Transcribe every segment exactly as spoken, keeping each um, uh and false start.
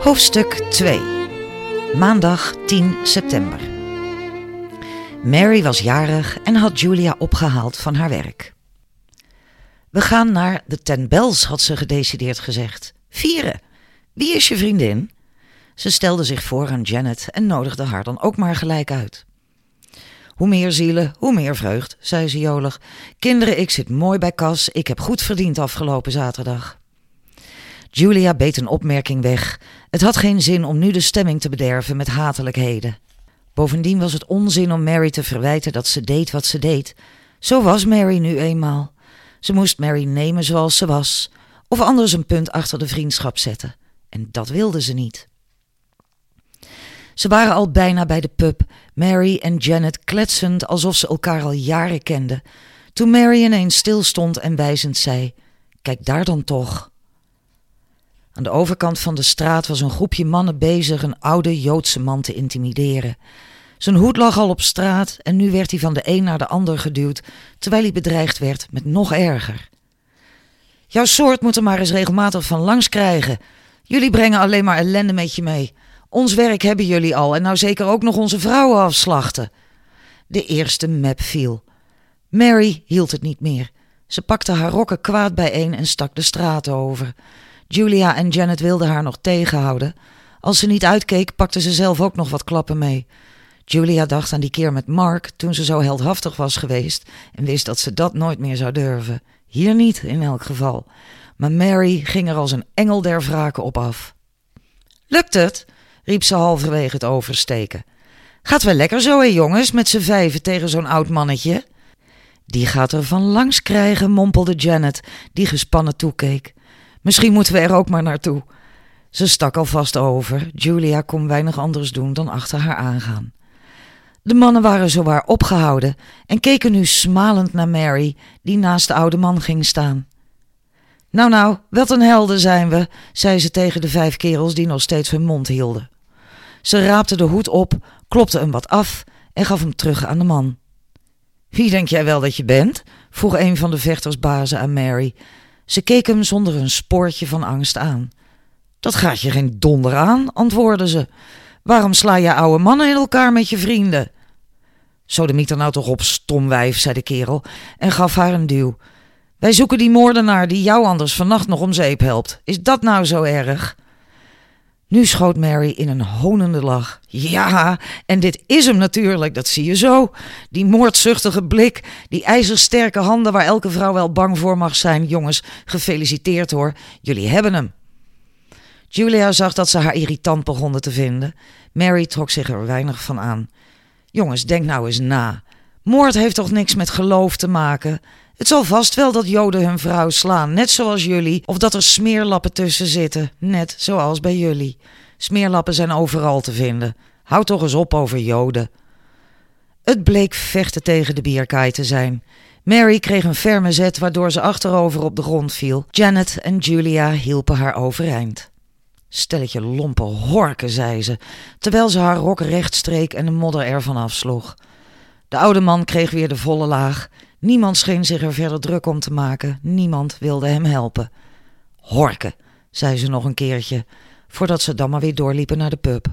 Hoofdstuk twee. Maandag tien september. Mary was jarig en had Julia opgehaald van haar werk. We gaan naar de Ten Bells, had ze gedecideerd gezegd. Vieren. Wie is je vriendin? Ze stelde zich voor aan Janet en nodigde haar dan ook maar gelijk uit. Hoe meer zielen, hoe meer vreugd, zei ze jolig. Kinderen, ik zit mooi bij kas, ik heb goed verdiend afgelopen zaterdag. Julia beet een opmerking weg. Het had geen zin om nu de stemming te bederven met hatelijkheden. Bovendien was het onzin om Mary te verwijten dat ze deed wat ze deed. Zo was Mary nu eenmaal. Ze moest Mary nemen zoals ze was, of anders een punt achter de vriendschap zetten. En dat wilde ze niet. Ze waren al bijna bij de pub, Mary en Janet kletsend alsof ze elkaar al jaren kenden, toen Mary ineens stilstond en wijzend zei: "Kijk daar dan toch." Aan de overkant van de straat was een groepje mannen bezig een oude Joodse man te intimideren. Zijn hoed lag al op straat en nu werd hij van de een naar de ander geduwd, terwijl hij bedreigd werd met nog erger. "Jouw soort moet er maar eens regelmatig van langs krijgen. Jullie brengen alleen maar ellende met je mee. Ons werk hebben jullie al en nou zeker ook nog onze vrouwen afslachten." De eerste mep viel. Mary hield het niet meer. Ze pakte haar rokken kwaad bijeen en stak de straat over. Julia en Janet wilden haar nog tegenhouden. Als ze niet uitkeek, pakte ze zelf ook nog wat klappen mee. Julia dacht aan die keer met Mark, toen ze zo heldhaftig was geweest en wist dat ze dat nooit meer zou durven. Hier niet, in elk geval. Maar Mary ging er als een engel der wraken op af. "Lukt het?" riep ze halverwege het oversteken. "Gaat wel lekker zo, hè jongens, met z'n vijven tegen zo'n oud mannetje?" "Die gaat er van langs krijgen," mompelde Janet, die gespannen toekeek. "Misschien moeten we er ook maar naartoe." Ze stak alvast over. Julia kon weinig anders doen dan achter haar aangaan. De mannen waren zowaar opgehouden en keken nu smalend naar Mary, die naast de oude man ging staan. "Nou nou, wat een helden zijn we," zei ze tegen de vijf kerels die nog steeds hun mond hielden. Ze raapte de hoed op, klopte hem wat af en gaf hem terug aan de man. "Wie denk jij wel dat je bent?" vroeg een van de vechtersbazen aan Mary. Ze keek hem zonder een spoortje van angst aan. "Dat gaat je geen donder aan," antwoordde ze. "Waarom sla je oude mannen in elkaar met je vrienden?" "Sodemiet er nou toch op, stomwijf," zei de kerel en gaf haar een duw. "Wij zoeken die moordenaar die jou anders vannacht nog om zeep helpt. Is dat nou zo erg?" Nu schoot Mary in een honende lach. "Ja, en dit is hem natuurlijk, dat zie je zo. Die moordzuchtige blik, die ijzersterke handen waar elke vrouw wel bang voor mag zijn. Jongens, gefeliciteerd hoor, jullie hebben hem." Julia zag dat ze haar irritant begonnen te vinden. Mary trok zich er weinig van aan. "Jongens, denk nou eens na. Moord heeft toch niks met geloof te maken? Het zal vast wel dat Joden hun vrouw slaan, net zoals jullie, of dat er smeerlappen tussen zitten, net zoals bij jullie. Smeerlappen zijn overal te vinden. Houd toch eens op over Joden." Het bleek vechten tegen de bierkaai te zijn. Mary kreeg een ferme zet waardoor ze achterover op de grond viel. Janet en Julia hielpen haar overeind. "Stelletje lompe horken," zei ze, terwijl ze haar rok recht streek en de modder ervan afsloeg. De oude man kreeg weer de volle laag. Niemand scheen zich er verder druk om te maken. Niemand wilde hem helpen. "Horken," zei ze nog een keertje, voordat ze dan maar weer doorliepen naar de pub.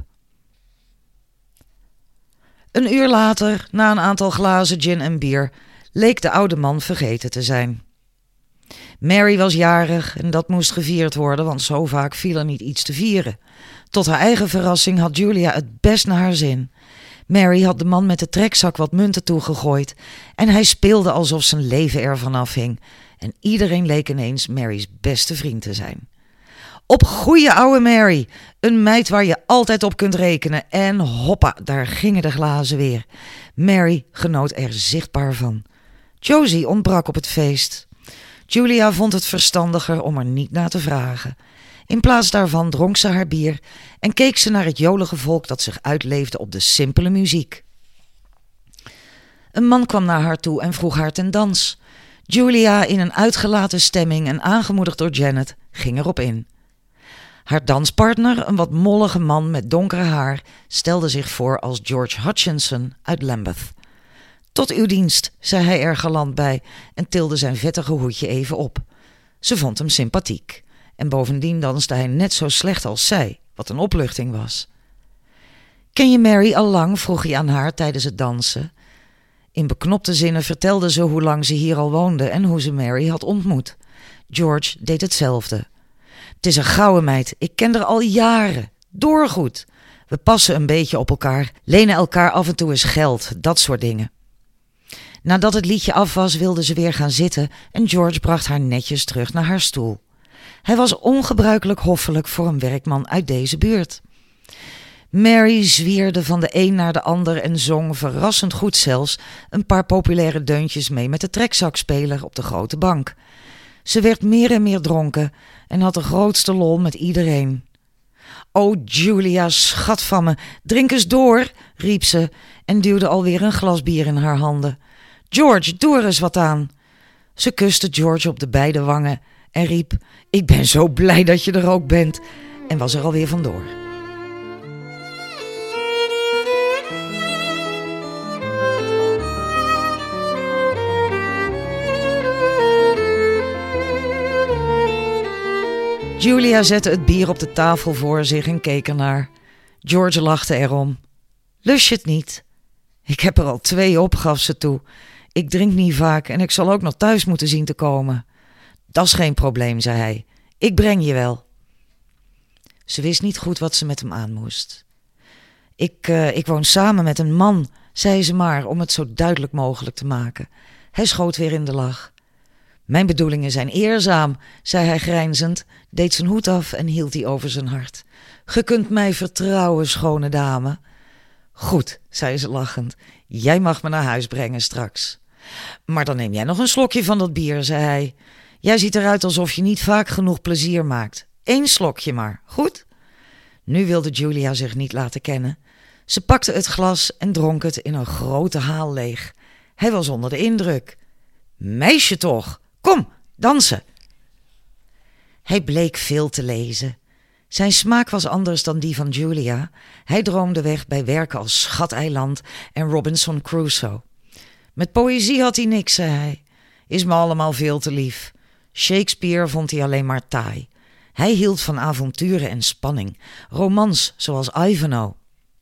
Een uur later, na een aantal glazen gin en bier, leek de oude man vergeten te zijn. Mary was jarig en dat moest gevierd worden, want zo vaak viel er niet iets te vieren. Tot haar eigen verrassing had Julia het best naar haar zin. Mary had de man met de trekzak wat munten toegegooid en hij speelde alsof zijn leven ervan afhing. En iedereen leek ineens Mary's beste vriend te zijn. Op goeie ouwe Mary, een meid waar je altijd op kunt rekenen. En hoppa, daar gingen de glazen weer. Mary genoot er zichtbaar van. Josie ontbrak op het feest. Julia vond het verstandiger om er niet naar te vragen. In plaats daarvan dronk ze haar bier en keek ze naar het jolige volk dat zich uitleefde op de simpele muziek. Een man kwam naar haar toe en vroeg haar ten dans. Julia, in een uitgelaten stemming en aangemoedigd door Janet, ging erop in. Haar danspartner, een wat mollige man met donker haar, stelde zich voor als George Hutchinson uit Lambeth. "Tot uw dienst," zei hij er galant bij en tilde zijn vettige hoedje even op. Ze vond hem sympathiek en bovendien danste hij net zo slecht als zij. wat een opluchting was. Ken je Mary al lang? Vroeg hij aan haar tijdens het dansen. In beknopte zinnen vertelde ze hoe lang ze hier al woonde en hoe ze Mary had ontmoet. George deed hetzelfde. Het is een gouden meid, ik ken haar al jaren, doorgoed. We passen een beetje op elkaar, lenen elkaar af en toe eens geld, dat soort dingen. Nadat het liedje af was, wilde ze weer gaan zitten en George bracht haar netjes terug naar haar stoel. Hij was ongebruikelijk hoffelijk voor een werkman uit deze buurt. Mary zwierde van de een naar de ander en zong, verrassend goed zelfs, een paar populaire deuntjes mee met de trekzakspeler op de grote bank. Ze werd meer en meer dronken en had de grootste lol met iedereen. "O Julia, schat van me, drink eens door," riep ze en duwde alweer een glas bier in haar handen. "George, doe er eens wat aan." Ze kuste George op de beide wangen en riep: "Ik ben zo blij dat je er ook bent," en was er alweer vandoor. Julia zette het bier op de tafel voor zich en keek ernaar. George lachte erom. "Lust je het niet?" "Ik heb er al twee op," gaf ze toe. "Ik drink niet vaak en ik zal ook nog thuis moeten zien te komen." "Dat is geen probleem," zei hij. "Ik breng je wel." Ze wist niet goed wat ze met hem aan moest. Ik, uh, ik woon samen met een man," zei ze maar om het zo duidelijk mogelijk te maken. Hij schoot weer in de lach. "Mijn bedoelingen zijn eerzaam," zei hij grijnzend, deed zijn hoed af en hield die over zijn hart. "Ge kunt mij vertrouwen, schone dame." "Goed," zei ze lachend, "jij mag me naar huis brengen straks." "Maar dan neem jij nog een slokje van dat bier," zei hij. "Jij ziet eruit alsof je niet vaak genoeg plezier maakt. Eén slokje maar, goed?" Nu wilde Julia zich niet laten kennen. Ze pakte het glas en dronk het in een grote haal leeg. Hij was onder de indruk. "Meisje toch! Kom, dansen!" Hij bleek veel te lezen. Zijn smaak was anders dan die van Julia. Hij droomde weg bij werken als Schateiland en Robinson Crusoe. "Met poëzie had hij niks," zei hij. "Is me allemaal veel te lief." Shakespeare vond hij alleen maar taai. Hij hield van avonturen en spanning, romans zoals Ivanhoe.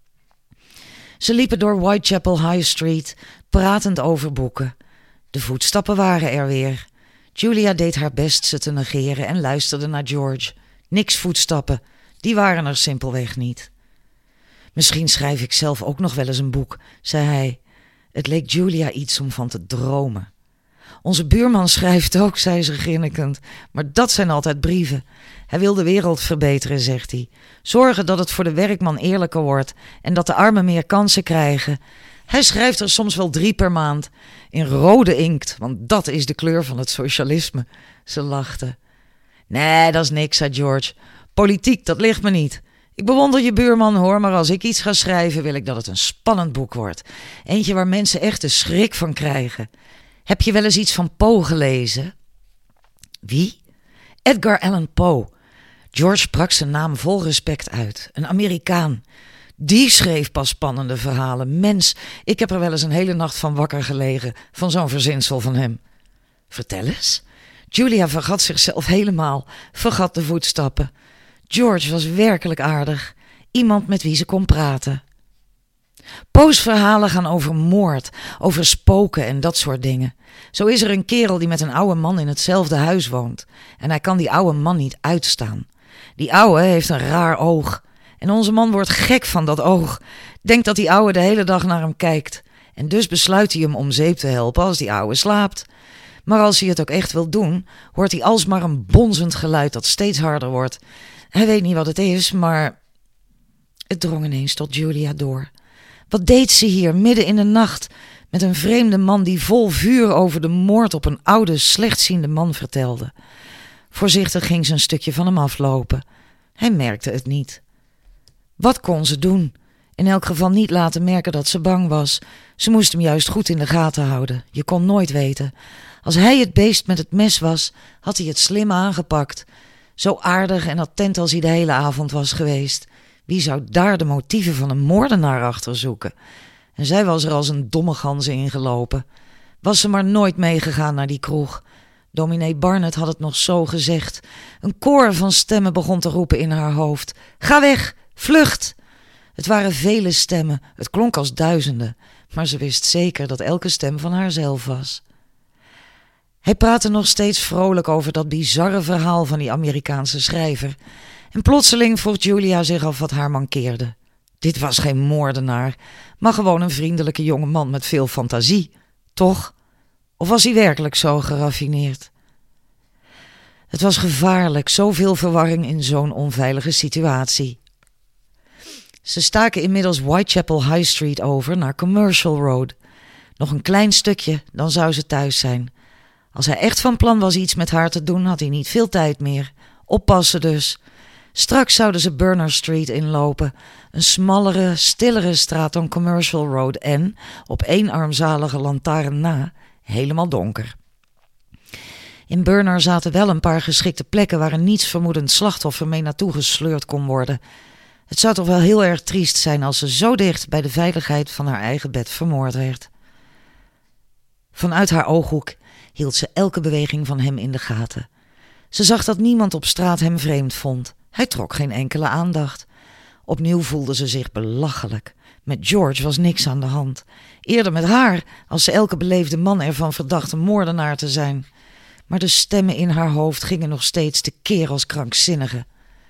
Ze liepen door Whitechapel High Street, pratend over boeken. De voetstappen waren er weer. Julia deed haar best ze te negeren en luisterde naar George. Niks voetstappen, die waren er simpelweg niet. "Misschien schrijf ik zelf ook nog wel eens een boek," zei hij. Het leek Julia iets om van te dromen. "Onze buurman schrijft ook," zei ze grinnikend, "maar dat zijn altijd brieven. Hij wil de wereld verbeteren," zegt hij. "Zorgen dat het voor de werkman eerlijker wordt en dat de armen meer kansen krijgen. Hij schrijft er soms wel drie per maand. In rode inkt, want dat is de kleur van het socialisme." Ze lachte. "Nee, dat is niks," zei George. "Politiek, dat ligt me niet. Ik bewonder je buurman hoor, maar als ik iets ga schrijven wil ik dat het een spannend boek wordt. Eentje waar mensen echt de schrik van krijgen. Heb je wel eens iets van Poe gelezen?" "Wie?" "Edgar Allan Poe." George sprak zijn naam vol respect uit. Een Amerikaan. Die schreef pas spannende verhalen. Mens, ik heb er wel eens een hele nacht van wakker gelegen, van zo'n verzinsel van hem. "Vertel eens." Julia vergat zichzelf helemaal, vergat de voetstappen. George was werkelijk aardig. Iemand met wie ze kon praten. Poe's verhalen gaan over moord, over spoken en dat soort dingen. Zo is er een kerel die met een oude man in hetzelfde huis woont. En hij kan die oude man niet uitstaan. Die oude heeft een raar oog. En onze man wordt gek van dat oog. Denkt dat die oude de hele dag naar hem kijkt. En dus besluit hij hem om zeep te helpen als die oude slaapt. Maar als hij het ook echt wil doen, hoort hij alsmaar een bonzend geluid dat steeds harder wordt. Hij weet niet wat het is, maar... Het drong ineens tot Julia door. Wat deed ze hier, midden in de nacht, met een vreemde man die vol vuur over de moord op een oude, slechtziende man vertelde? Voorzichtig ging ze een stukje van hem aflopen. Hij merkte het niet. Wat kon ze doen? In elk geval niet laten merken dat ze bang was. Ze moest hem juist goed in de gaten houden. Je kon nooit weten. Als hij het beest met het mes was, had hij het slim aangepakt. Zo aardig en attent als hij de hele avond was geweest. Wie zou daar de motieven van een moordenaar achter zoeken? En zij was er als een domme gans ingelopen. Was ze maar nooit meegegaan naar die kroeg. Dominee Barnett had het nog zo gezegd. Een koor van stemmen begon te roepen in haar hoofd. Ga weg, vlucht! Het waren vele stemmen, het klonk als duizenden, maar ze wist zeker dat elke stem van haarzelf was. Hij praatte nog steeds vrolijk over dat bizarre verhaal van die Amerikaanse schrijver. En plotseling vroeg Julia zich af wat haar mankeerde. Dit was geen moordenaar, maar gewoon een vriendelijke jonge man met veel fantasie, toch? Of was hij werkelijk zo geraffineerd? Het was gevaarlijk, zoveel verwarring in zo'n onveilige situatie. Ze staken inmiddels Whitechapel High Street over naar Commercial Road. Nog een klein stukje, dan zou ze thuis zijn. Als hij echt van plan was iets met haar te doen, had hij niet veel tijd meer. Oppassen dus. Straks zouden ze Burner Street inlopen. Een smallere, stillere straat dan Commercial Road en, op één armzalige lantaarn na, helemaal donker. In Burner zaten wel een paar geschikte plekken waar een nietsvermoedend slachtoffer mee naartoe gesleurd kon worden. Het zou toch wel heel erg triest zijn als ze zo dicht bij de veiligheid van haar eigen bed vermoord werd. Vanuit haar ooghoek hield ze elke beweging van hem in de gaten. Ze zag dat niemand op straat hem vreemd vond. Hij trok geen enkele aandacht. Opnieuw voelde ze zich belachelijk. Met George was niks aan de hand. Eerder met haar, als ze elke beleefde man ervan verdacht een moordenaar te zijn. Maar de stemmen in haar hoofd gingen nog steeds tekeer als krankzinnige.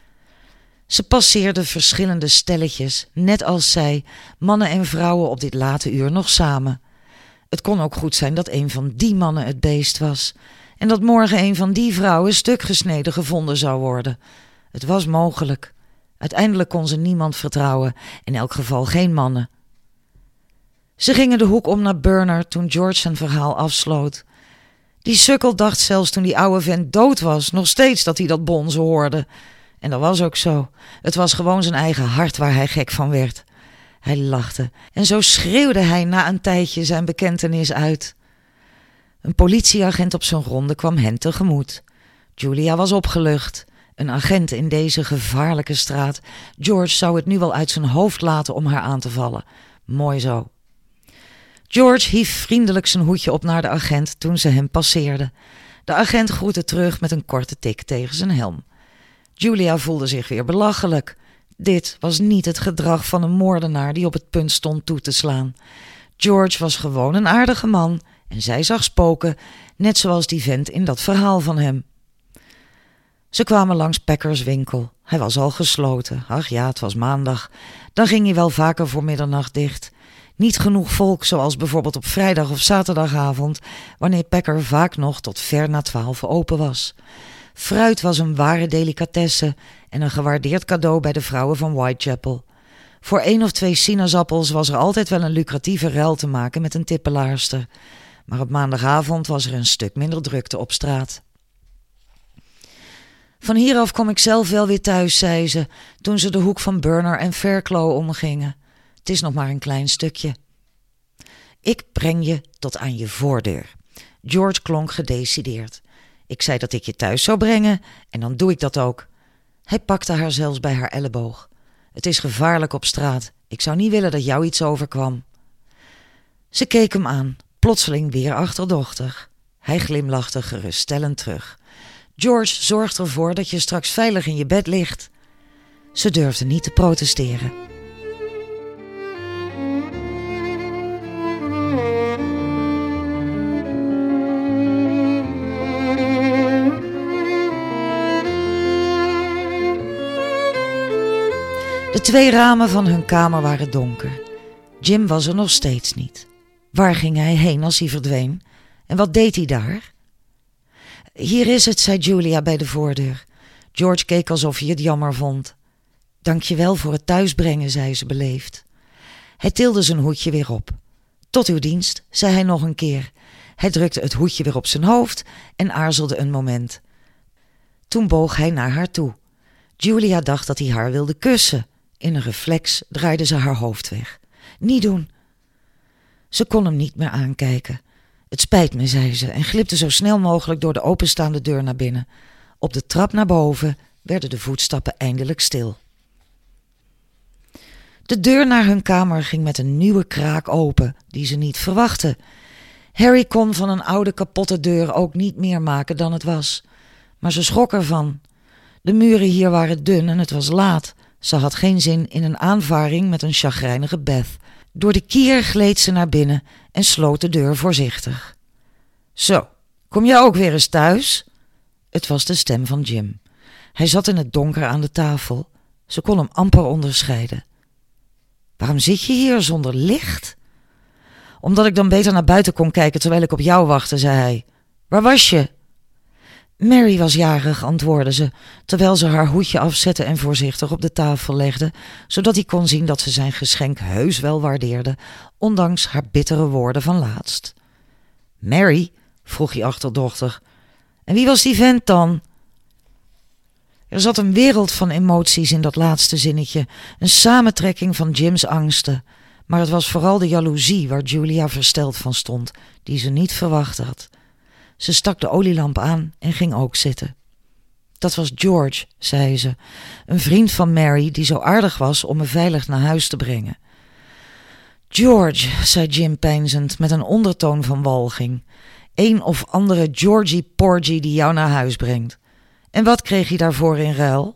Ze passeerde verschillende stelletjes, net als zij, mannen en vrouwen op dit late uur nog samen. Het kon ook goed zijn dat een van die mannen het beest was en dat morgen een van die vrouwen stuk gesneden gevonden zou worden. Het was mogelijk. Uiteindelijk kon ze niemand vertrouwen, in elk geval geen mannen. Ze gingen de hoek om naar Burner toen George zijn verhaal afsloot. Die sukkel dacht zelfs toen die oude vent dood was nog steeds dat hij dat bonzen hoorde. En dat was ook zo. Het was gewoon zijn eigen hart waar hij gek van werd. Hij lachte en zo schreeuwde hij na een tijdje zijn bekentenis uit. Een politieagent op zijn ronde kwam hen tegemoet. Julia was opgelucht. Een agent in deze gevaarlijke straat. George zou het nu wel uit zijn hoofd laten om haar aan te vallen. Mooi zo. George hief vriendelijk zijn hoedje op naar de agent toen ze hem passeerden. De agent groette terug met een korte tik tegen zijn helm. Julia voelde zich weer belachelijk. Dit was niet het gedrag van een moordenaar die op het punt stond toe te slaan. George was gewoon een aardige man en zij zag spoken, net zoals die vent in dat verhaal van hem. Ze kwamen langs Packers winkel. Hij was al gesloten. Ach ja, het was maandag. Dan ging hij wel vaker voor middernacht dicht. Niet genoeg volk zoals bijvoorbeeld op vrijdag of zaterdagavond, wanneer Packer vaak nog tot ver na twaalf open was. Fruit was een ware delicatesse en een gewaardeerd cadeau bij de vrouwen van Whitechapel. Voor één of twee sinaasappels was er altijd wel een lucratieve ruil te maken met een tippelaarster. Maar op maandagavond was er een stuk minder drukte op straat. Van hieraf kom ik zelf wel weer thuis, zei ze, toen ze de hoek van Burner en Fairclough omgingen. Het is nog maar een klein stukje. Ik breng je tot aan je voordeur. George klonk gedecideerd. Ik zei dat ik je thuis zou brengen en dan doe ik dat ook. Hij pakte haar zelfs bij haar elleboog. Het is gevaarlijk op straat. Ik zou niet willen dat jou iets overkwam. Ze keek hem aan, plotseling weer achterdochtig. Hij glimlachte geruststellend terug. George zorgt ervoor dat je straks veilig in je bed ligt. Ze durfde niet te protesteren. De twee ramen van hun kamer waren donker. Jim was er nog steeds niet. Waar ging hij heen als hij verdween? En wat deed hij daar? Hier is het, zei Julia bij de voordeur. George keek alsof hij het jammer vond. Dank je wel voor het thuisbrengen, zei ze beleefd. Hij tilde zijn hoedje weer op. Tot uw dienst, zei hij nog een keer. Hij drukte het hoedje weer op zijn hoofd en aarzelde een moment. Toen boog hij naar haar toe. Julia dacht dat hij haar wilde kussen. In een reflex draaide ze haar hoofd weg. Niet doen. Ze kon hem niet meer aankijken. Het spijt me, zei ze en glipte zo snel mogelijk door de openstaande deur naar binnen. Op de trap naar boven werden de voetstappen eindelijk stil. De deur naar hun kamer ging met een nieuwe kraak open, die ze niet verwachtte. Harry kon van een oude kapotte deur ook niet meer maken dan het was. Maar ze schrok ervan. De muren hier waren dun en het was laat. Ze had geen zin in een aanvaring met een chagrijnige Beth. Door de kier gleed ze naar binnen en sloot de deur voorzichtig. Zo, kom jij ook weer eens thuis? Het was de stem van Jim. Hij zat in het donker aan de tafel. Ze kon hem amper onderscheiden. Waarom zit je hier zonder licht? Omdat ik dan beter naar buiten kon kijken terwijl ik op jou wachtte, zei hij. Waar was je? Mary was jarig, antwoordde ze, terwijl ze haar hoedje afzette en voorzichtig op de tafel legde, zodat hij kon zien dat ze zijn geschenk heus wel waardeerde, ondanks haar bittere woorden van laatst. Mary? Vroeg hij achterdochtig. En wie was die vent dan? Er zat een wereld van emoties in dat laatste zinnetje, een samentrekking van Jim's angsten. Maar het was vooral de jaloezie waar Julia versteld van stond, die ze niet verwacht had. Ze stak de olielamp aan en ging ook zitten. Dat was George, zei ze, een vriend van Mary die zo aardig was om me veilig naar huis te brengen. George, zei Jim peinzend met een ondertoon van walging. Een of andere Georgie Porgy die jou naar huis brengt. En wat kreeg hij daarvoor in ruil?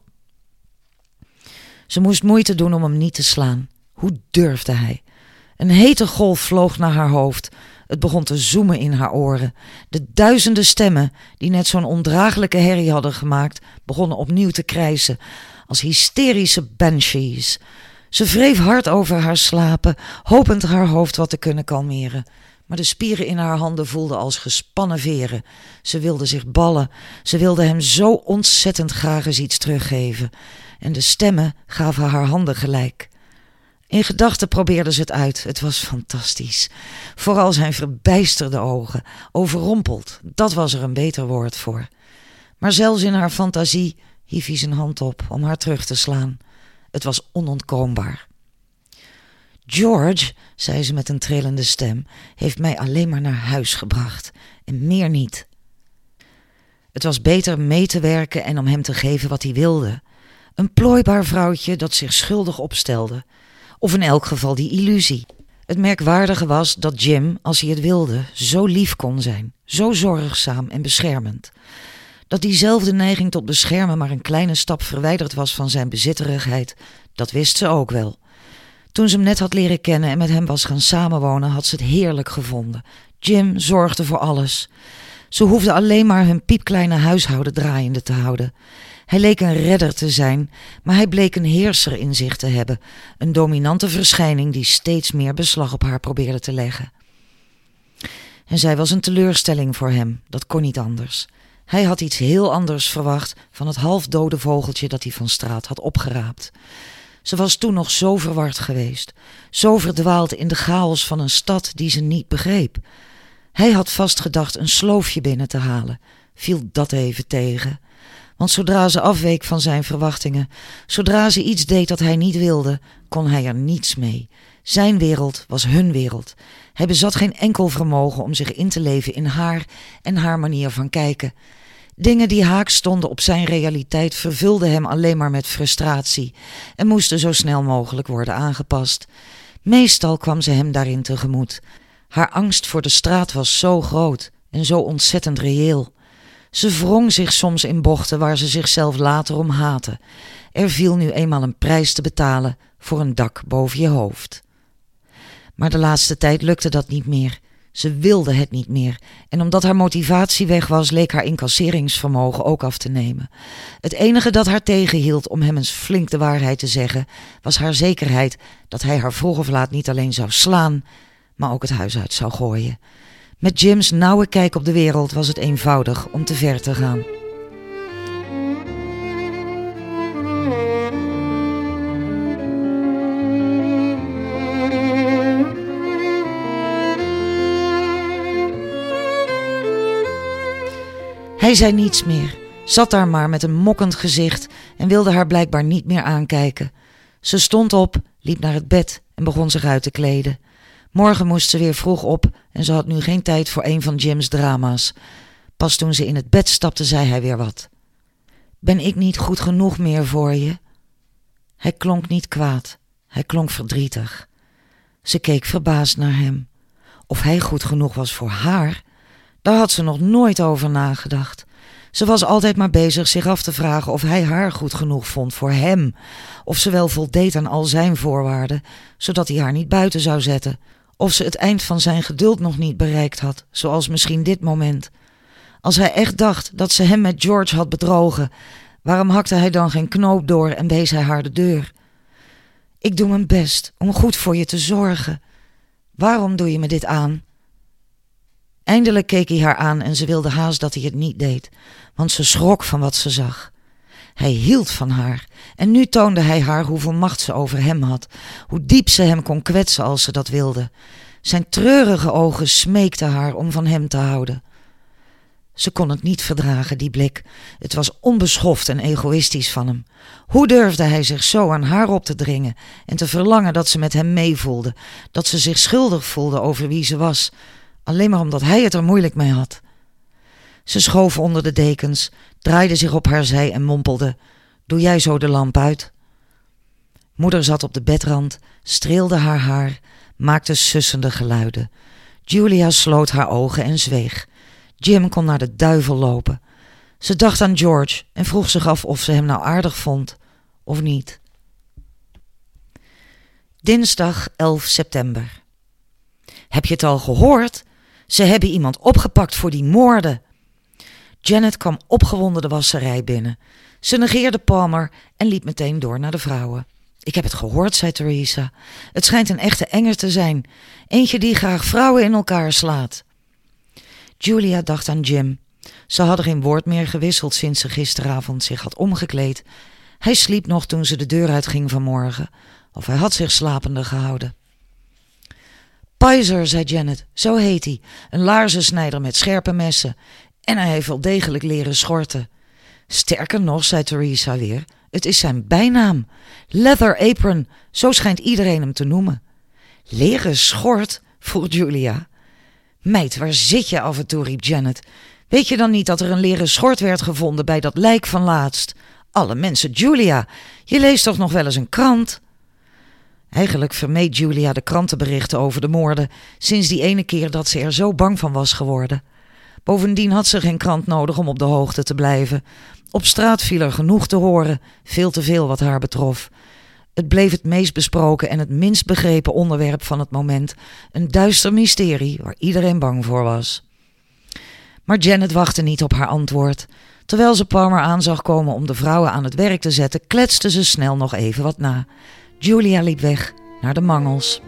Ze moest moeite doen om hem niet te slaan. Hoe durfde hij? Een hete golf vloog naar haar hoofd. Het begon te zoemen in haar oren. De duizenden stemmen, die net zo'n ondraaglijke herrie hadden gemaakt, begonnen opnieuw te krijsen, als hysterische banshees. Ze wreef hard over haar slapen, hopend haar hoofd wat te kunnen kalmeren. Maar de spieren in haar handen voelden als gespannen veren. Ze wilde zich ballen. Ze wilde hem zo ontzettend graag eens iets teruggeven. En de stemmen gaven haar handen gelijk. In gedachten probeerde ze het uit. Het was fantastisch. Vooral zijn verbijsterde ogen. Overrompeld, dat was er een beter woord voor. Maar zelfs in haar fantasie hief hij zijn hand op om haar terug te slaan. Het was onontkoombaar. George, zei ze met een trillende stem, heeft mij alleen maar naar huis gebracht en meer niet. Het was beter mee te werken en om hem te geven wat hij wilde. Een plooibaar vrouwtje dat zich schuldig opstelde. Of in elk geval die illusie. Het merkwaardige was dat Jim, als hij het wilde, zo lief kon zijn. Zo zorgzaam en beschermend. Dat diezelfde neiging tot beschermen maar een kleine stap verwijderd was van zijn bezitterigheid, dat wist ze ook wel. Toen ze hem net had leren kennen en met hem was gaan samenwonen, had ze het heerlijk gevonden. Jim zorgde voor alles. Ze hoefde alleen maar hun piepkleine huishouden draaiende te houden. Hij leek een redder te zijn, maar hij bleek een heerser in zich te hebben. Een dominante verschijning die steeds meer beslag op haar probeerde te leggen. En zij was een teleurstelling voor hem, dat kon niet anders. Hij had iets heel anders verwacht van het halfdode vogeltje dat hij van straat had opgeraapt. Ze was toen nog zo verward geweest, zo verdwaald in de chaos van een stad die ze niet begreep. Hij had vast gedacht een sloofje binnen te halen, viel dat even tegen. Want zodra ze afweek van zijn verwachtingen, zodra ze iets deed dat hij niet wilde, kon hij er niets mee. Zijn wereld was hun wereld. Hij bezat geen enkel vermogen om zich in te leven in haar en haar manier van kijken. Dingen die haaks stonden op zijn realiteit vervulden hem alleen maar met frustratie en moesten zo snel mogelijk worden aangepast. Meestal kwam ze hem daarin tegemoet. Haar angst voor de straat was zo groot en zo ontzettend reëel. Ze wrong zich soms in bochten waar ze zichzelf later om haatte. Er viel nu eenmaal een prijs te betalen voor een dak boven je hoofd. Maar de laatste tijd lukte dat niet meer. Ze wilde het niet meer en omdat haar motivatie weg was, leek haar incasseringsvermogen ook af te nemen. Het enige dat haar tegenhield om hem eens flink de waarheid te zeggen, was haar zekerheid dat hij haar vroeg of laat niet alleen zou slaan, maar ook het huis uit zou gooien. Met Jim's nauwe kijk op de wereld was het eenvoudig om te ver te gaan. Hij zei niets meer, zat daar maar met een mokkend gezicht en wilde haar blijkbaar niet meer aankijken. Ze stond op, liep naar het bed en begon zich uit te kleden. Morgen moest ze weer vroeg op en ze had nu geen tijd voor een van Jim's drama's. Pas toen ze in het bed stapte, zei hij weer wat. Ben ik niet goed genoeg meer voor je? Hij klonk niet kwaad, hij klonk verdrietig. Ze keek verbaasd naar hem. Of hij goed genoeg was voor haar, daar had ze nog nooit over nagedacht. Ze was altijd maar bezig zich af te vragen of hij haar goed genoeg vond voor hem, of ze wel voldeed aan al zijn voorwaarden, zodat hij haar niet buiten zou zetten, of ze het eind van zijn geduld nog niet bereikt had, zoals misschien dit moment. Als hij echt dacht dat ze hem met George had bedrogen, waarom hakte hij dan geen knoop door en wees hij haar de deur? Ik doe mijn best om goed voor je te zorgen. Waarom doe je me dit aan? Eindelijk keek hij haar aan en ze wilde haast dat hij het niet deed, want ze schrok van wat ze zag. Hij hield van haar en nu toonde hij haar hoeveel macht ze over hem had, hoe diep ze hem kon kwetsen als ze dat wilde. Zijn treurige ogen smeekten haar om van hem te houden. Ze kon het niet verdragen, die blik. Het was onbeschoft en egoïstisch van hem. Hoe durfde hij zich zo aan haar op te dringen en te verlangen dat ze met hem meevoelde, dat ze zich schuldig voelde over wie ze was, alleen maar omdat hij het er moeilijk mee had. Ze schoof onder de dekens, draaide zich op haar zij en mompelde: "Doe jij zo de lamp uit?" Moeder zat op de bedrand, streelde haar haar, maakte sussende geluiden. Julia sloot haar ogen en zweeg. Jim kon naar de duivel lopen. Ze dacht aan George en vroeg zich af of ze hem nou aardig vond of niet. Dinsdag elf september. Heb je het al gehoord? Ze hebben iemand opgepakt voor die moorden. Janet kwam opgewonden de wasserij binnen. Ze negeerde Palmer en liep meteen door naar de vrouwen. Ik heb het gehoord, zei Theresa. Het schijnt een echte enger te zijn. Eentje die graag vrouwen in elkaar slaat. Julia dacht aan Jim. Ze hadden geen woord meer gewisseld sinds ze gisteravond zich had omgekleed. Hij sliep nog toen ze de deur uitging vanmorgen. Of hij had zich slapende gehouden. Pizer, zei Janet, zo heet hij. Een laarzensnijder met scherpe messen. En hij heeft wel degelijk leren schorten. Sterker nog, zei Theresa weer, het is zijn bijnaam. Leather Apron, zo schijnt iedereen hem te noemen. Leren schort? Vroeg Julia. Meid, waar zit je af en toe, riep Janet. Weet je dan niet dat er een leren schort werd gevonden bij dat lijk van laatst? Alle mensen, Julia, je leest toch nog wel eens een krant? Eigenlijk vermeed Julia de krantenberichten over de moorden sinds die ene keer dat ze er zo bang van was geworden. Bovendien had ze geen krant nodig om op de hoogte te blijven. Op straat viel er genoeg te horen, veel te veel wat haar betrof. Het bleef het meest besproken en het minst begrepen onderwerp van het moment, een duister mysterie waar iedereen bang voor was. Maar Janet wachtte niet op haar antwoord. Terwijl ze Palmer aan zag komen om de vrouwen aan het werk te zetten, kletste ze snel nog even wat na. Julia liep weg naar de mangels.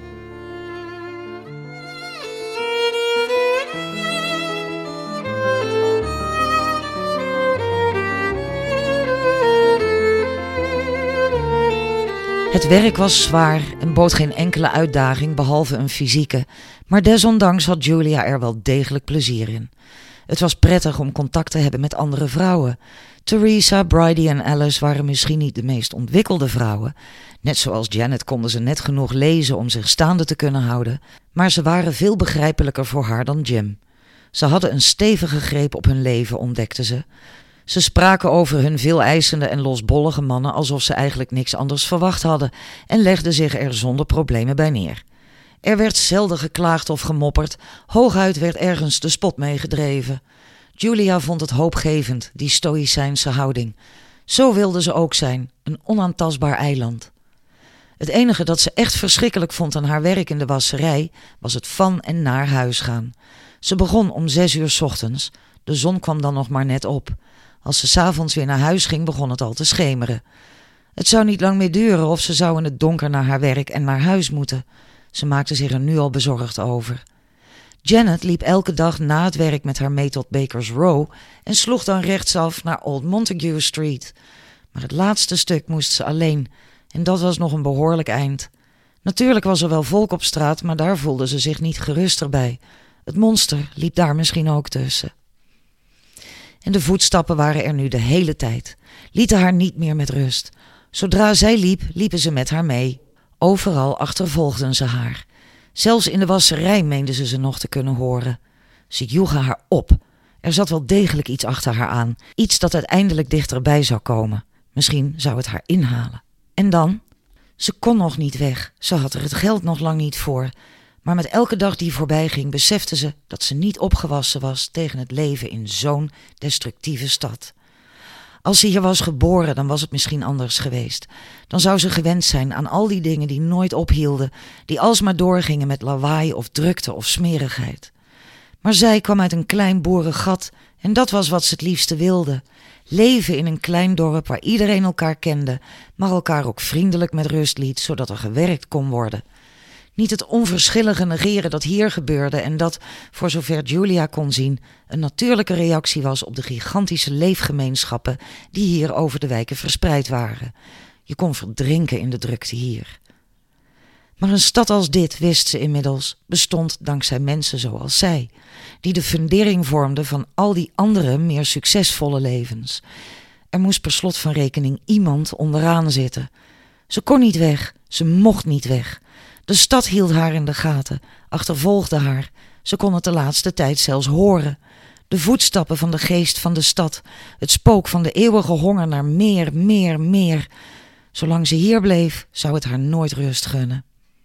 Het werk was zwaar en bood geen enkele uitdaging behalve een fysieke, maar desondanks had Julia er wel degelijk plezier in. Het was prettig om contact te hebben met andere vrouwen. Theresa, Bridie en Alice waren misschien niet de meest ontwikkelde vrouwen. Net zoals Janet konden ze net genoeg lezen om zich staande te kunnen houden, maar ze waren veel begrijpelijker voor haar dan Jim. Ze hadden een stevige greep op hun leven, ontdekte ze. Ze spraken over hun veeleisende en losbollige mannen alsof ze eigenlijk niks anders verwacht hadden en legden zich er zonder problemen bij neer. Er werd zelden geklaagd of gemopperd, hooguit werd ergens de spot meegedreven. Julia vond het hoopgevend, die stoïcijnse houding. Zo wilde ze ook zijn, een onaantastbaar eiland. Het enige dat ze echt verschrikkelijk vond aan haar werk in de wasserij was het van en naar huis gaan. Ze begon om zes uur 's ochtends, de zon kwam dan nog maar net op. Als ze 's avonds weer naar huis ging, begon het al te schemeren. Het zou niet lang meer duren of ze zou in het donker naar haar werk en naar huis moeten. Ze maakte zich er nu al bezorgd over. Janet liep elke dag na het werk met haar mee tot Baker's Row en sloeg dan rechtsaf naar Old Montague Street. Maar het laatste stuk moest ze alleen en dat was nog een behoorlijk eind. Natuurlijk was er wel volk op straat, maar daar voelde ze zich niet geruster bij. Het monster liep daar misschien ook tussen. En de voetstappen waren er nu de hele tijd, lieten haar niet meer met rust. Zodra zij liep, liepen ze met haar mee. Overal achtervolgden ze haar. Zelfs in de wasserij meenden ze ze nog te kunnen horen. Ze joegen haar op. Er zat wel degelijk iets achter haar aan. Iets dat uiteindelijk dichterbij zou komen. Misschien zou het haar inhalen. En dan? Ze kon nog niet weg. Ze had er het geld nog lang niet voor. Maar met elke dag die voorbij ging besefte ze dat ze niet opgewassen was tegen het leven in zo'n destructieve stad. Als ze hier was geboren, dan was het misschien anders geweest. Dan zou ze gewend zijn aan al die dingen die nooit ophielden, die alsmaar doorgingen met lawaai of drukte of smerigheid. Maar zij kwam uit een klein boerengat en dat was wat ze het liefste wilde. Leven in een klein dorp waar iedereen elkaar kende, maar elkaar ook vriendelijk met rust liet, zodat er gewerkt kon worden. Niet het onverschillige negeren dat hier gebeurde en dat, voor zover Julia kon zien, een natuurlijke reactie was op de gigantische leefgemeenschappen die hier over de wijken verspreid waren. Je kon verdrinken in de drukte hier. Maar een stad als dit, wist ze inmiddels, bestond dankzij mensen zoals zij, die de fundering vormden van al die andere, meer succesvolle levens. Er moest per slot van rekening iemand onderaan zitten. Ze kon niet weg, ze mocht niet weg. De stad hield haar in de gaten, achtervolgde haar. Ze kon het de laatste tijd zelfs horen. De voetstappen van de geest van de stad, het spook van de eeuwige honger naar meer, meer, meer. Zolang ze hier bleef, zou het haar nooit rust gunnen.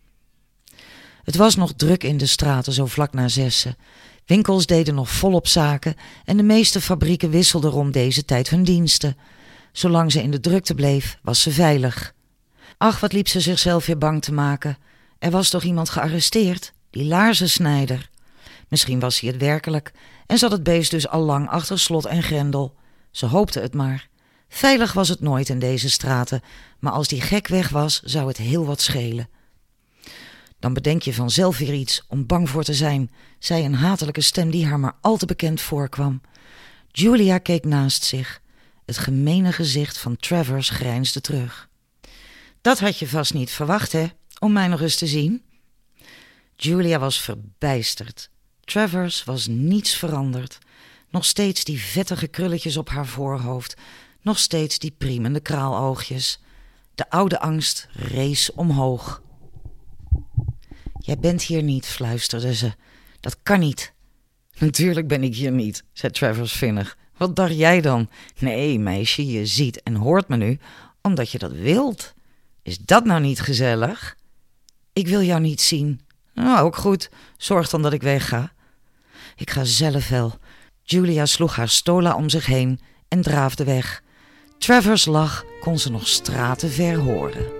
Het was nog druk in de straten, zo vlak na zessen. Winkels deden nog volop zaken en de meeste fabrieken wisselden rond deze tijd hun diensten. Zolang ze in de drukte bleef, was ze veilig. Ach, wat liep ze zichzelf weer bang te maken. Er was toch iemand gearresteerd, die laarzensnijder. Misschien was hij het werkelijk en zat het beest dus al lang achter slot en grendel. Ze hoopte het maar. Veilig was het nooit in deze straten, maar als die gek weg was, zou het heel wat schelen. Dan bedenk je vanzelf weer iets om bang voor te zijn, zei een hatelijke stem die haar maar al te bekend voorkwam. Julia keek naast zich. Het gemene gezicht van Travers grijnsde terug. Dat had je vast niet verwacht, hè, om mij nog eens te zien? Julia was verbijsterd. Travers was niets veranderd. Nog steeds die vettige krulletjes op haar voorhoofd. Nog steeds die priemende kraaloogjes. De oude angst rees omhoog. Jij bent hier niet, fluisterde ze. Dat kan niet. Natuurlijk ben ik hier niet, zei Travers vinnig. Wat dacht jij dan? Nee, meisje, je ziet en hoort me nu, omdat je dat wilt. Is dat nou niet gezellig? Ik wil jou niet zien. Nou, ook goed. Zorg dan dat ik wegga. Ik ga zelf wel. Julia sloeg haar stola om zich heen en draafde weg. Travers lach kon ze nog stratenver horen.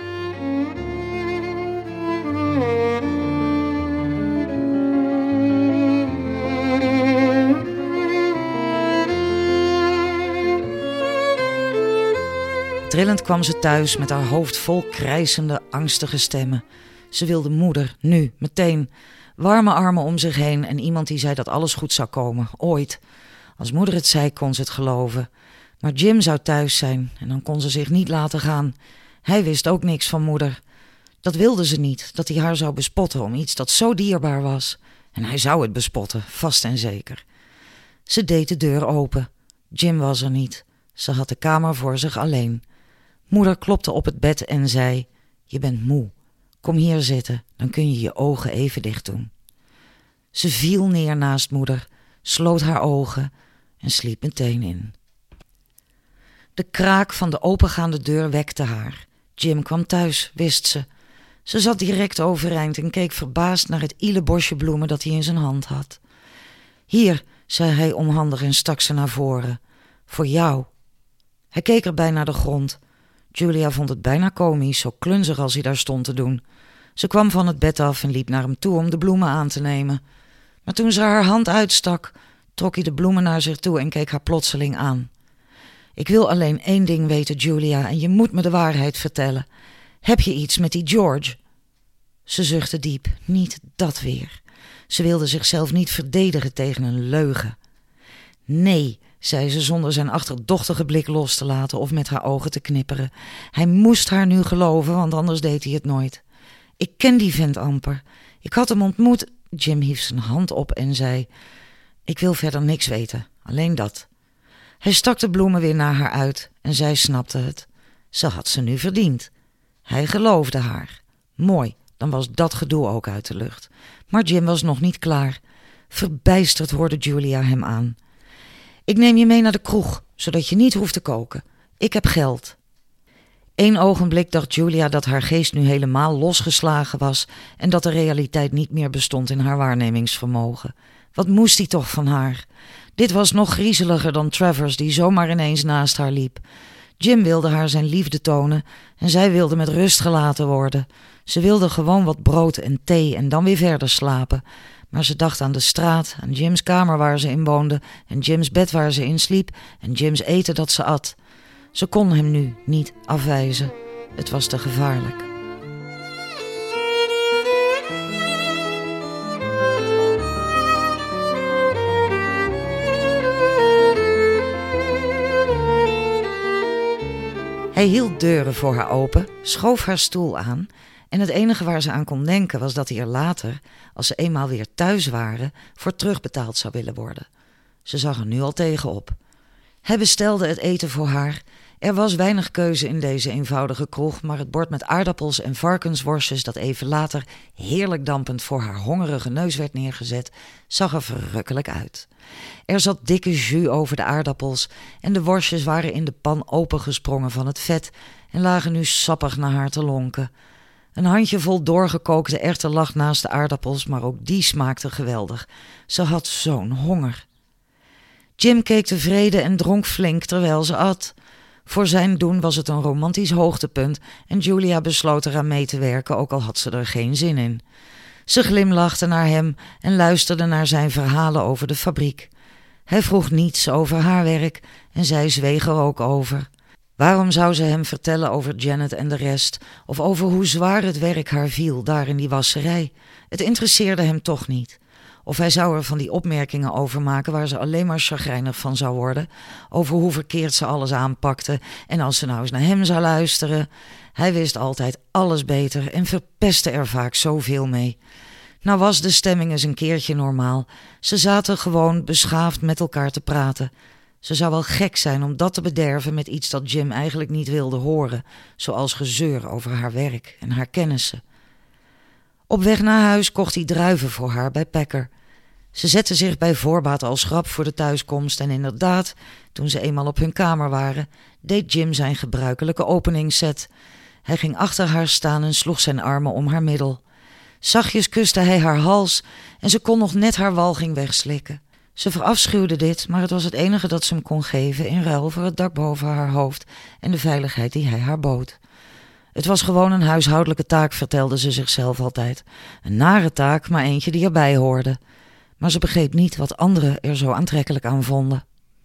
Trillend kwam ze thuis met haar hoofd vol krijsende, angstige stemmen. Ze wilde moeder, nu, meteen. Warme armen om zich heen en iemand die zei dat alles goed zou komen, ooit. Als moeder het zei, kon ze het geloven. Maar Jim zou thuis zijn en dan kon ze zich niet laten gaan. Hij wist ook niks van moeder. Dat wilde ze niet, dat hij haar zou bespotten om iets dat zo dierbaar was. En hij zou het bespotten, vast en zeker. Ze deed de deur open. Jim was er niet. Ze had de kamer voor zich alleen. Moeder klopte op het bed en zei: je bent moe. Kom hier zitten, dan kun je je ogen even dicht doen. Ze viel neer naast moeder, sloot haar ogen en sliep meteen in. De kraak van de opengaande deur wekte haar. Jim kwam thuis, wist ze. Ze zat direct overeind en keek verbaasd naar het ile bosje bloemen dat hij in zijn hand had. Hier, zei hij onhandig en stak ze naar voren. Voor jou. Hij keek erbij naar de grond. Julia vond het bijna komisch, zo klunzig als hij daar stond te doen. Ze kwam van het bed af en liep naar hem toe om de bloemen aan te nemen. Maar toen ze haar hand uitstak, trok hij de bloemen naar zich toe en keek haar plotseling aan. Ik wil alleen één ding weten, Julia, en je moet me de waarheid vertellen. Heb je iets met die George? Ze zuchtte diep. Niet dat weer. Ze wilde zichzelf niet verdedigen tegen een leugen. Nee, zei ze zonder zijn achterdochtige blik los te laten of met haar ogen te knipperen. Hij moest haar nu geloven, want anders deed hij het nooit. Ik ken die vent amper. Ik had hem ontmoet. Jim hief zijn hand op en zei: ik wil verder niks weten, alleen dat. Hij stak de bloemen weer naar haar uit en zij snapte het. Ze had ze nu verdiend. Hij geloofde haar. Mooi, dan was dat gedoe ook uit de lucht. Maar Jim was nog niet klaar. Verbijsterd hoorde Julia hem aan. Ik neem je mee naar de kroeg, zodat je niet hoeft te koken. Ik heb geld. Eén ogenblik dacht Julia dat haar geest nu helemaal losgeslagen was en dat de realiteit niet meer bestond in haar waarnemingsvermogen. Wat moest hij toch van haar? Dit was nog griezeliger dan Travers die zomaar ineens naast haar liep. Jim wilde haar zijn liefde tonen en zij wilde met rust gelaten worden. Ze wilde gewoon wat brood en thee en dan weer verder slapen. Maar ze dacht aan de straat, aan Jims kamer waar ze in woonde en Jims bed waar ze in sliep en Jims eten dat ze at. Ze kon hem nu niet afwijzen. Het was te gevaarlijk. Hij hield deuren voor haar open, schoof haar stoel aan en het enige waar ze aan kon denken was dat hij er later, als ze eenmaal weer thuis waren, voor terugbetaald zou willen worden. Ze zag er nu al tegenop. Hij bestelde het eten voor haar. Er was weinig keuze in deze eenvoudige kroeg, maar het bord met aardappels en varkensworstjes dat even later heerlijk dampend voor haar hongerige neus werd neergezet, zag er verrukkelijk uit. Er zat dikke jus over de aardappels en de worstjes waren in de pan opengesprongen van het vet en lagen nu sappig naar haar te lonken. Een handjevol doorgekookte erwten lag naast de aardappels, maar ook die smaakte geweldig. Ze had zo'n honger. Jim keek tevreden en dronk flink terwijl ze at. Voor zijn doen was het een romantisch hoogtepunt en Julia besloot eraan mee te werken, ook al had ze er geen zin in. Ze glimlachte naar hem en luisterde naar zijn verhalen over de fabriek. Hij vroeg niets over haar werk en zij zweeg er ook over. Waarom zou ze hem vertellen over Janet en de rest, of over hoe zwaar het werk haar viel daar in die wasserij? Het interesseerde hem toch niet. Of hij zou er van die opmerkingen over maken waar ze alleen maar chagrijnig van zou worden, over hoe verkeerd ze alles aanpakte en als ze nou eens naar hem zou luisteren. Hij wist altijd alles beter en verpestte er vaak zoveel mee. Nou was de stemming eens een keertje normaal. Ze zaten gewoon beschaafd met elkaar te praten. Ze zou wel gek zijn om dat te bederven met iets dat Jim eigenlijk niet wilde horen, zoals gezeur over haar werk en haar kennissen. Op weg naar huis kocht hij druiven voor haar bij Packer. Ze zette zich bij voorbaat al schrap voor de thuiskomst en inderdaad, toen ze eenmaal op hun kamer waren, deed Jim zijn gebruikelijke openingszet. Hij ging achter haar staan en sloeg zijn armen om haar middel. Zachtjes kuste hij haar hals en ze kon nog net haar walging wegslikken. Ze verafschuwde dit, maar het was het enige dat ze hem kon geven in ruil voor het dak boven haar hoofd en de veiligheid die hij haar bood. Het was gewoon een huishoudelijke taak, vertelde ze zichzelf altijd. Een nare taak, maar eentje die erbij hoorde. Maar ze begreep niet wat anderen er zo aantrekkelijk aan vonden.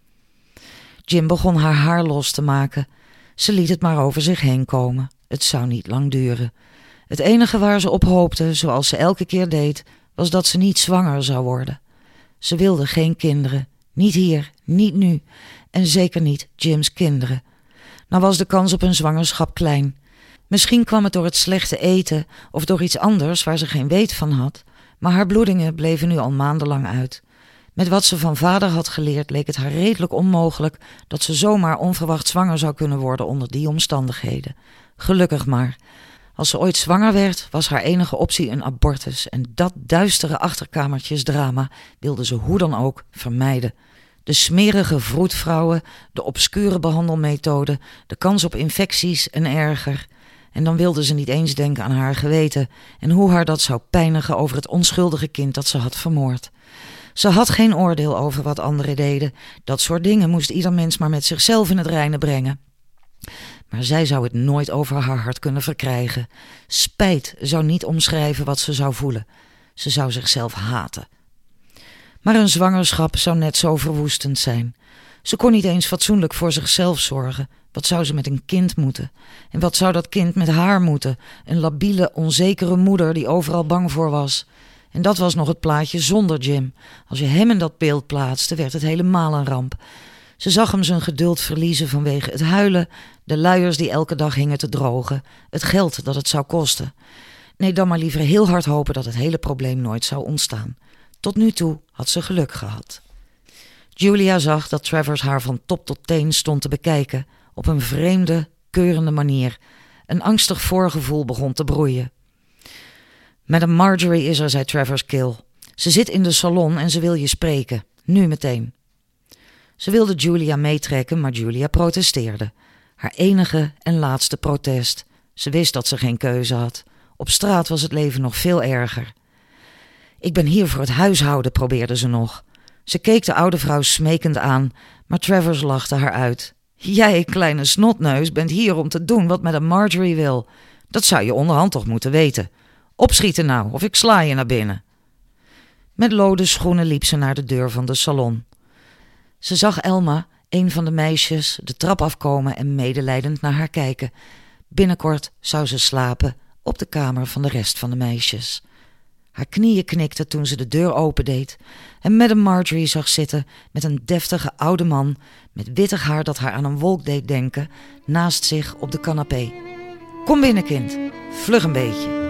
Jim begon haar haar los te maken. Ze liet het maar over zich heen komen. Het zou niet lang duren. Het enige waar ze op hoopte, zoals ze elke keer deed, was dat ze niet zwanger zou worden. Ze wilde geen kinderen. Niet hier, niet nu. En zeker niet Jims kinderen. Nou was de kans op een zwangerschap klein. Misschien kwam het door het slechte eten of door iets anders waar ze geen weet van had, maar haar bloedingen bleven nu al maandenlang uit. Met wat ze van vader had geleerd leek het haar redelijk onmogelijk dat ze zomaar onverwacht zwanger zou kunnen worden onder die omstandigheden. Gelukkig maar. Als ze ooit zwanger werd, was haar enige optie een abortus en dat duistere achterkamertjesdrama wilde ze hoe dan ook vermijden. De smerige vroedvrouwen, de obscure behandelmethoden, de kans op infecties en erger. En dan wilde ze niet eens denken aan haar geweten en hoe haar dat zou pijnigen over het onschuldige kind dat ze had vermoord. Ze had geen oordeel over wat anderen deden. Dat soort dingen moest ieder mens maar met zichzelf in het reine brengen. Maar zij zou het nooit over haar hart kunnen verkrijgen. Spijt zou niet omschrijven wat ze zou voelen. Ze zou zichzelf haten. Maar een zwangerschap zou net zo verwoestend zijn. Ze kon niet eens fatsoenlijk voor zichzelf zorgen. Wat zou ze met een kind moeten? En wat zou dat kind met haar moeten? Een labiele, onzekere moeder die overal bang voor was. En dat was nog het plaatje zonder Jim. Als je hem in dat beeld plaatste, werd het helemaal een ramp. Ze zag hem zijn geduld verliezen vanwege het huilen, de luiers die elke dag hingen te drogen, het geld dat het zou kosten. Nee, dan maar liever heel hard hopen dat het hele probleem nooit zou ontstaan. Tot nu toe had ze geluk gehad. Julia zag dat Travers haar van top tot teen stond te bekijken, op een vreemde, keurende manier. Een angstig voorgevoel begon te broeien. Madame Marjorie is er, zei Travers kil. Ze zit in de salon en ze wil je spreken. Nu meteen. Ze wilde Julia meetrekken, maar Julia protesteerde. Haar enige en laatste protest. Ze wist dat ze geen keuze had. Op straat was het leven nog veel erger. Ik ben hier voor het huishouden, probeerde ze nog. Ze keek de oude vrouw smekend aan, maar Travers lachte haar uit. Jij, kleine snotneus, bent hier om te doen wat Madame Marjorie wil. Dat zou je onderhand toch moeten weten. Opschieten nou, of ik sla je naar binnen. Met lode schoenen liep ze naar de deur van de salon. Ze zag Elma, een van de meisjes, de trap afkomen en medelijdend naar haar kijken. Binnenkort zou ze slapen op de kamer van de rest van de meisjes. Haar knieën knikten toen ze de deur opendeed en Madame Marjorie zag zitten met een deftige oude man met wittig haar dat haar aan een wolk deed denken, naast zich op de canapé. Kom binnen, kind, vlug een beetje.